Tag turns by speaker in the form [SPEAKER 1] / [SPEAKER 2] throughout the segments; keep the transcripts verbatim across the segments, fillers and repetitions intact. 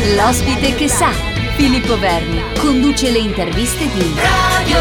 [SPEAKER 1] L'ospite che sa. Filippo Verni conduce le interviste di Radio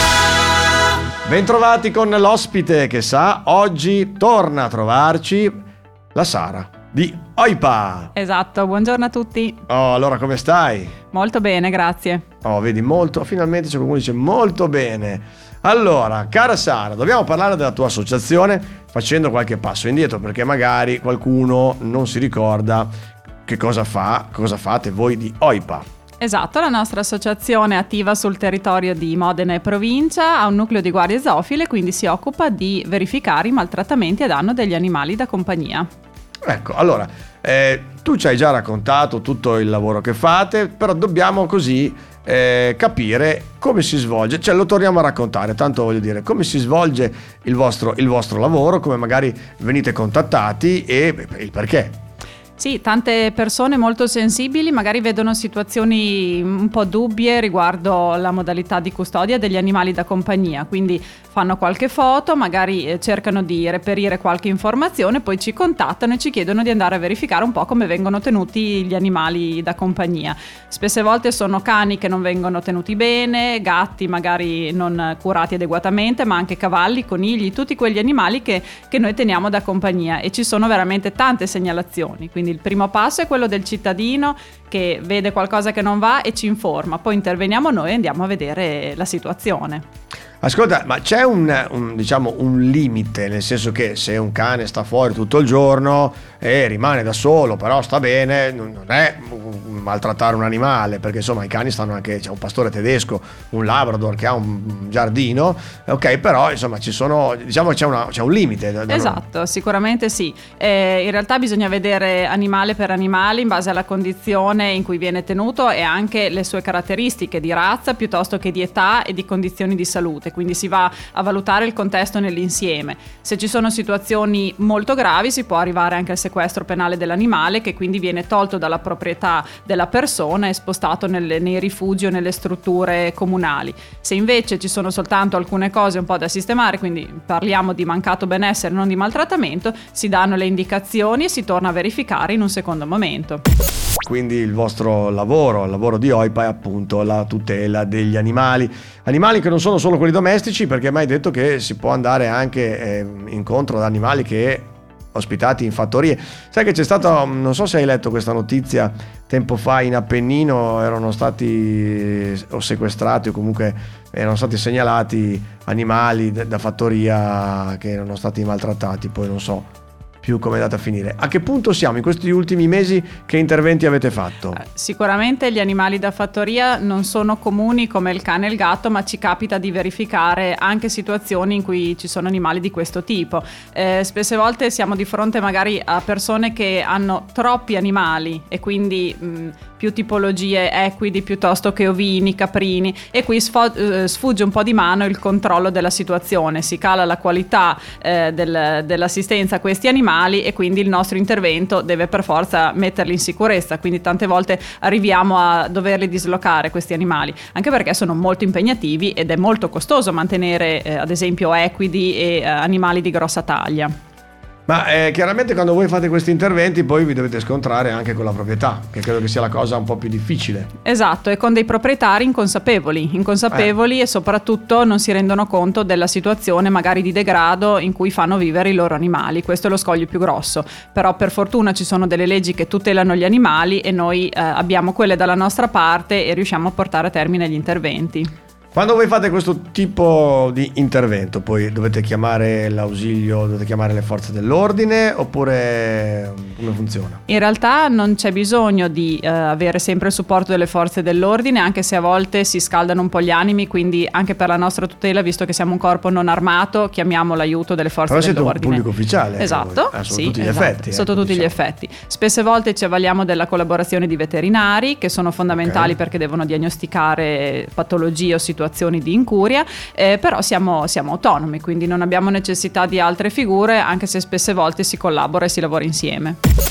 [SPEAKER 1] Star.
[SPEAKER 2] Bentrovati con l'ospite che sa. Oggi torna a trovarci la Sara di OIPA.
[SPEAKER 3] Esatto, buongiorno a tutti.
[SPEAKER 2] Oh, allora come stai?
[SPEAKER 3] Molto bene, grazie.
[SPEAKER 2] Oh, vedi, molto, finalmente c'è qualcuno che dice molto bene. Allora, cara Sara, dobbiamo parlare della tua associazione facendo qualche passo indietro, perché magari qualcuno non si ricorda che cosa fa, cosa fate voi di OIPA.
[SPEAKER 3] Esatto, la nostra associazione è attiva sul territorio di Modena e provincia, ha un nucleo di guardie zoofile, quindi si occupa di verificare i maltrattamenti a danno degli animali da compagnia.
[SPEAKER 2] Ecco, allora, eh, tu ci hai già raccontato tutto il lavoro che fate, però dobbiamo così eh, capire come si svolge, cioè lo torniamo a raccontare, tanto voglio dire, come si svolge il vostro, il vostro lavoro, come magari venite contattati e il perché.
[SPEAKER 3] Sì, tante persone molto sensibili magari vedono situazioni un po' dubbie riguardo la modalità di custodia degli animali da compagnia, quindi fanno qualche foto, magari cercano di reperire qualche informazione, poi ci contattano e ci chiedono di andare a verificare un po' come vengono tenuti gli animali da compagnia. Spesse volte sono cani che non vengono tenuti bene, gatti magari non curati adeguatamente, ma anche cavalli, conigli, tutti quegli animali che, che noi teniamo da compagnia, e ci sono veramente tante segnalazioni. Quindi il primo passo è quello del cittadino che vede qualcosa che non va e ci informa, poi interveniamo noi e andiamo a vedere la situazione.
[SPEAKER 2] Ascolta, ma c'è un, un, diciamo, un limite, nel senso che se un cane sta fuori tutto il giorno e rimane da solo, però sta bene, non è maltrattare un animale, perché insomma i cani stanno anche, c'è un pastore tedesco, un labrador che ha un giardino, ok, però insomma ci sono, diciamo c'è, una, c'è un limite. Da, da
[SPEAKER 3] esatto,
[SPEAKER 2] non...
[SPEAKER 3] sicuramente sì. Eh, in realtà bisogna vedere animale per animale in base alla condizione in cui viene tenuto e anche le sue caratteristiche di razza piuttosto che di età e di condizioni di salute. Quindi si va a valutare il contesto nell'insieme. Se ci sono situazioni molto gravi si può arrivare anche al sequestro penale dell'animale, che quindi viene tolto dalla proprietà della persona e spostato nelle, nei rifugi o nelle strutture comunali. Se invece ci sono soltanto alcune cose un po' da sistemare, quindi parliamo di mancato benessere, non di maltrattamento, si danno le indicazioni e si torna a verificare in un secondo momento.
[SPEAKER 2] Quindi il vostro lavoro, il lavoro di OIPA è appunto la tutela degli animali, animali che non sono solo quelli domestici, perché mai detto che si può andare anche eh, incontro ad animali che ospitati in fattorie. Sai che c'è stato, non so se hai letto questa notizia, tempo fa in Appennino erano stati o sequestrati o comunque erano stati segnalati animali da fattoria che erano stati maltrattati, poi non so più come è andata a finire. A che punto siamo in questi ultimi mesi? Che interventi avete fatto?
[SPEAKER 3] Eh, sicuramente gli animali da fattoria non sono comuni come il cane e il gatto, ma ci capita di verificare anche situazioni in cui ci sono animali di questo tipo. Eh, spesse volte siamo di fronte magari a persone che hanno troppi animali e quindi mh, più tipologie equidi piuttosto che ovini, caprini, e qui sfo- eh, sfugge un po' di mano il controllo della situazione, si cala la qualità eh, del, dell'assistenza a questi animali e quindi il nostro intervento deve per forza metterli in sicurezza, quindi tante volte arriviamo a doverli dislocare questi animali, anche perché sono molto impegnativi ed è molto costoso mantenere eh, ad esempio equidi e eh, animali di grossa taglia.
[SPEAKER 2] Ma eh, chiaramente quando voi fate questi interventi poi vi dovete scontrare anche con la proprietà, che credo che sia la cosa un po' più difficile.
[SPEAKER 3] Esatto, e con dei proprietari inconsapevoli, inconsapevoli eh. e soprattutto non si rendono conto della situazione magari di degrado in cui fanno vivere i loro animali. Questo è lo scoglio più grosso, però per fortuna ci sono delle leggi che tutelano gli animali e noi eh, abbiamo quelle dalla nostra parte e riusciamo a portare a termine gli interventi.
[SPEAKER 2] Quando voi fate questo tipo di intervento, poi dovete chiamare l'ausilio, dovete chiamare le forze dell'ordine, oppure come funziona?
[SPEAKER 3] In realtà non c'è bisogno di eh, avere sempre il supporto delle forze dell'ordine, anche se a volte si scaldano un po' gli animi, quindi anche per la nostra tutela, visto che siamo un corpo non armato, chiamiamo l'aiuto delle forze
[SPEAKER 2] Però
[SPEAKER 3] dell'ordine.
[SPEAKER 2] Però siete un pubblico ufficiale.
[SPEAKER 3] Esatto,
[SPEAKER 2] eh, sotto
[SPEAKER 3] sì,
[SPEAKER 2] tutti gli
[SPEAKER 3] esatto,
[SPEAKER 2] effetti.
[SPEAKER 3] Sotto
[SPEAKER 2] ecco,
[SPEAKER 3] tutti
[SPEAKER 2] diciamo.
[SPEAKER 3] gli effetti. Spesse volte ci avvaliamo della collaborazione di veterinari, che sono fondamentali okay. perché devono diagnosticare patologie o situazioni di incuria, eh, però siamo, siamo autonomi, quindi non abbiamo necessità di altre figure, anche se spesse volte si collabora e si lavora insieme.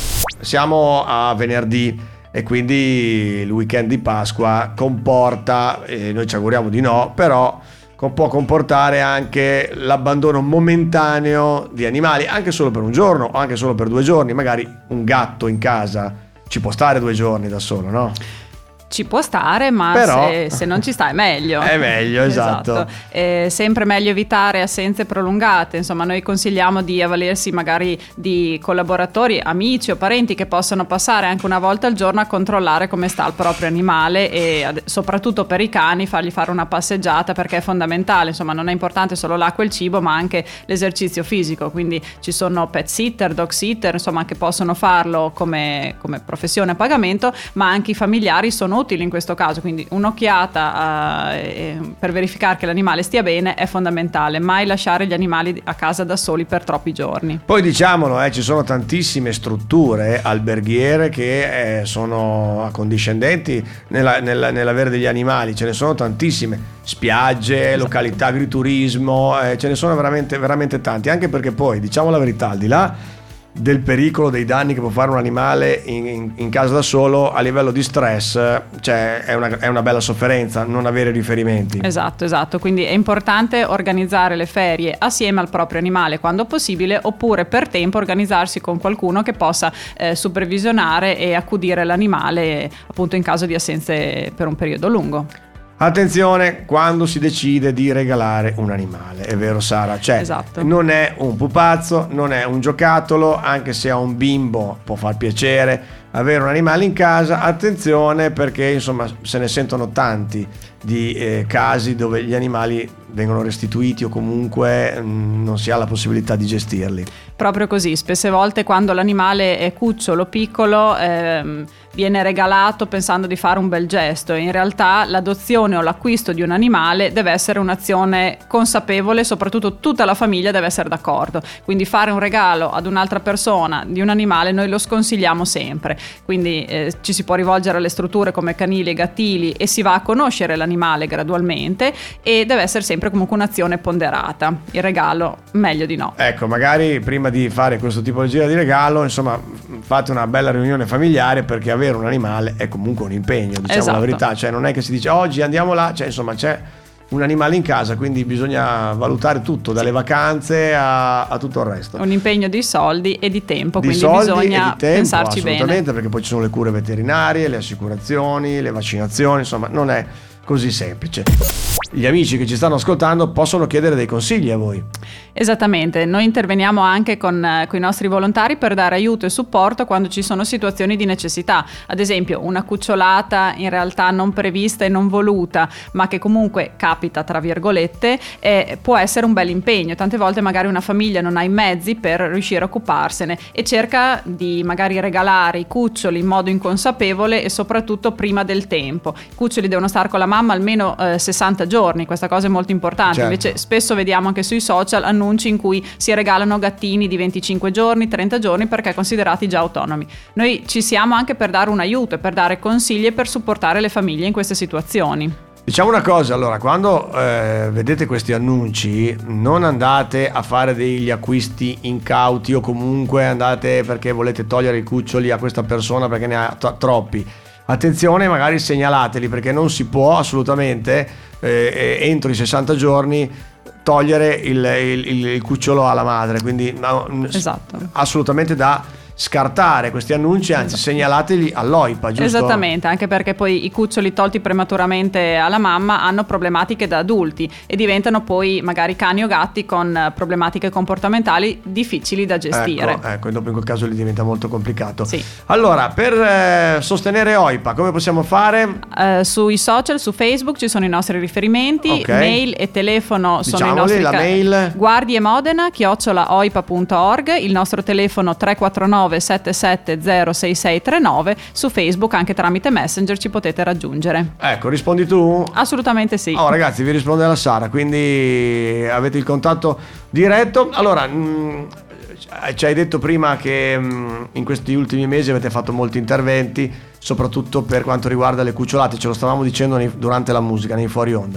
[SPEAKER 2] Siamo a venerdì e quindi il weekend di Pasqua comporta, e noi ci auguriamo di no, però può comportare anche l'abbandono momentaneo di animali, anche solo per un giorno o anche solo per due giorni. Magari un gatto in casa ci può stare due giorni da solo, no?
[SPEAKER 3] Ci può stare, ma
[SPEAKER 2] Però,
[SPEAKER 3] se, se non ci sta è meglio.
[SPEAKER 2] È meglio, esatto.
[SPEAKER 3] esatto. È sempre meglio evitare assenze prolungate. Insomma, noi consigliamo di avvalersi magari di collaboratori, amici o parenti che possano passare anche una volta al giorno a controllare come sta il proprio animale e ad, soprattutto per i cani fargli fare una passeggiata, perché è fondamentale. Insomma, non è importante solo l'acqua e il cibo, ma anche l'esercizio fisico. Quindi ci sono pet sitter, dog sitter, insomma, che possono farlo come, come professione a pagamento, ma anche i familiari sono utili in questo caso, quindi un'occhiata uh, per verificare che l'animale stia bene è fondamentale. Mai lasciare gli animali a casa da soli per troppi giorni.
[SPEAKER 2] Poi diciamolo, eh, ci sono tantissime strutture alberghiere che eh, sono accondiscendenti nella, nella, nell'avere degli animali, ce ne sono tantissime, spiagge, esatto. località agriturismo, eh, ce ne sono veramente, veramente tanti, anche perché poi, diciamo la verità, al di là del pericolo, dei danni che può fare un animale in, in, in casa da solo, a livello di stress, cioè è una, è una bella sofferenza non avere riferimenti.
[SPEAKER 3] Esatto, esatto, quindi è importante organizzare le ferie assieme al proprio animale quando possibile, oppure per tempo organizzarsi con qualcuno che possa eh, supervisionare e accudire l'animale appunto in caso di assenze per un periodo lungo.
[SPEAKER 2] Attenzione quando si decide di regalare un animale, è vero Sara? Cioè,
[SPEAKER 3] esatto.
[SPEAKER 2] non è un pupazzo, non è un giocattolo, anche se a un bimbo può far piacere avere un animale in casa. Attenzione, perché insomma se ne sentono tanti di eh, casi dove gli animali vengono restituiti o comunque mh, non si ha la possibilità di gestirli.
[SPEAKER 3] Proprio così, spesse volte quando l'animale è cucciolo, piccolo, ehm, viene regalato pensando di fare un bel gesto. In realtà l'adozione o l'acquisto di un animale deve essere un'azione consapevole, soprattutto tutta la famiglia deve essere d'accordo. Quindi fare un regalo ad un'altra persona di un animale noi lo sconsigliamo sempre. Quindi eh, ci si può rivolgere alle strutture come canili e gattili e si va a conoscere l'animale gradualmente, e deve essere sempre comunque un'azione ponderata. Il regalo meglio di no.
[SPEAKER 2] Ecco, magari prima di fare questo tipo di regalo, insomma, fate una bella riunione familiare, perché avere un animale è comunque un impegno, diciamo
[SPEAKER 3] esatto.
[SPEAKER 2] la verità, cioè non è che si dice oggi andiamo là, cioè insomma c'è un animale in casa, quindi bisogna valutare tutto, dalle vacanze a, a tutto il resto.
[SPEAKER 3] Un impegno di soldi e di tempo,
[SPEAKER 2] di
[SPEAKER 3] quindi
[SPEAKER 2] soldi
[SPEAKER 3] bisogna
[SPEAKER 2] e di tempo,
[SPEAKER 3] pensarci bene.
[SPEAKER 2] Assolutamente, perché poi ci sono le cure veterinarie, le assicurazioni, le vaccinazioni, insomma non è così semplice. Gli amici che ci stanno ascoltando possono chiedere dei consigli a voi.
[SPEAKER 3] Esattamente, noi interveniamo anche con, eh, con i nostri volontari per dare aiuto e supporto quando ci sono situazioni di necessità. Ad esempio una cucciolata in realtà non prevista e non voluta, ma che comunque capita tra virgolette, eh, può essere un bel impegno. Tante volte magari una famiglia non ha i mezzi per riuscire a occuparsene e cerca di magari regalare i cuccioli in modo inconsapevole e soprattutto prima del tempo. I cuccioli devono stare con la mamma almeno eh, sessanta giorni, questa cosa è molto importante.
[SPEAKER 2] Certo.
[SPEAKER 3] Invece spesso vediamo anche sui social annunci in cui si regalano gattini di venticinque giorni, trenta giorni, perché considerati già autonomi. Noi ci siamo anche per dare un aiuto e per dare consigli e per supportare le famiglie in queste situazioni.
[SPEAKER 2] Diciamo una cosa, allora, quando eh, vedete questi annunci non andate a fare degli acquisti incauti, o comunque andate perché volete togliere i cuccioli a questa persona perché ne ha t- troppi. Attenzione, magari segnalateli, perché non si può assolutamente eh, entro i sessanta giorni togliere il, il, il cucciolo alla madre, quindi no,
[SPEAKER 3] esatto.
[SPEAKER 2] assolutamente da scartare questi annunci, anzi esatto. segnalateli all'O I P A, giusto?
[SPEAKER 3] Esattamente, anche perché poi i cuccioli tolti prematuramente alla mamma hanno problematiche da adulti e diventano poi magari cani o gatti con problematiche comportamentali difficili da gestire.
[SPEAKER 2] Ecco, ecco, dopo in quel caso lì diventa molto complicato.
[SPEAKER 3] Sì.
[SPEAKER 2] Allora, per eh, sostenere O I P A, come possiamo fare?
[SPEAKER 3] Uh, sui social, su Facebook ci sono i nostri riferimenti, okay. Mail e telefono sono
[SPEAKER 2] Diciamoli,
[SPEAKER 3] i nostri
[SPEAKER 2] la
[SPEAKER 3] ca-
[SPEAKER 2] mail.
[SPEAKER 3] Guardie Modena chiocciola oipa punto org, il nostro telefono tre quattro nove sette sette zero sei sei tre nove, su Facebook anche tramite Messenger ci potete raggiungere.
[SPEAKER 2] Ecco, rispondi tu?
[SPEAKER 3] Assolutamente sì.
[SPEAKER 2] Oh ragazzi, vi risponde la Sara, quindi avete il contatto diretto. Allora, mh, ci hai detto prima che mh, in questi ultimi mesi avete fatto molti interventi, soprattutto per quanto riguarda le cucciolate, ce lo stavamo dicendo nei, durante la musica, nei fuori onda.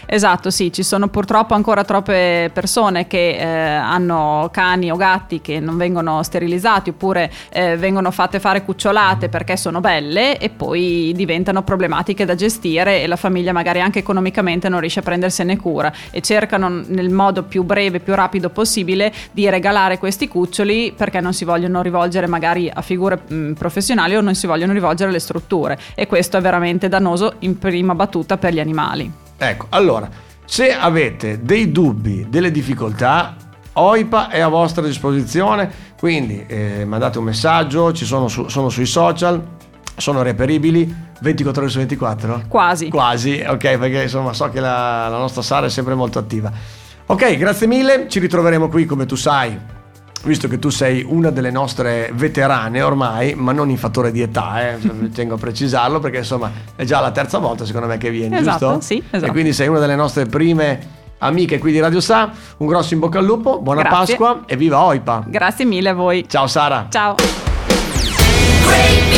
[SPEAKER 3] Esatto, sì, ci sono purtroppo ancora troppe persone che eh, hanno cani o gatti che non vengono sterilizzati oppure eh, vengono fatte fare cucciolate perché sono belle e poi diventano problematiche da gestire e la famiglia magari anche economicamente non riesce a prendersene cura e cercano nel modo più breve, più rapido possibile di regalare questi cuccioli perché non si vogliono rivolgere magari a figure mh, professionali o non si vogliono rivolgere alle strutture e questo è veramente dannoso in prima battuta per gli animali.
[SPEAKER 2] Ecco, allora, se avete dei dubbi, delle difficoltà, OIPA è a vostra disposizione, quindi eh, mandate un messaggio, ci sono, su, sono sui social, sono reperibili ventiquattro ore su ventiquattro?
[SPEAKER 3] Quasi.
[SPEAKER 2] Quasi, ok, perché insomma so che la, la nostra Sara è sempre molto attiva. Ok, grazie mille, ci ritroveremo qui come tu sai, visto che tu sei una delle nostre veterane ormai, ma non in fattore di età, eh, tengo a precisarlo perché insomma è già la terza volta secondo me che vieni,
[SPEAKER 3] esatto,
[SPEAKER 2] giusto?
[SPEAKER 3] Sì, esatto.
[SPEAKER 2] E quindi sei una delle nostre prime amiche qui di Radio Sa. Un grosso in bocca al lupo, buona
[SPEAKER 3] Grazie.
[SPEAKER 2] Pasqua e viva OIPA.
[SPEAKER 3] Grazie mille a voi.
[SPEAKER 2] Ciao Sara.
[SPEAKER 3] Ciao.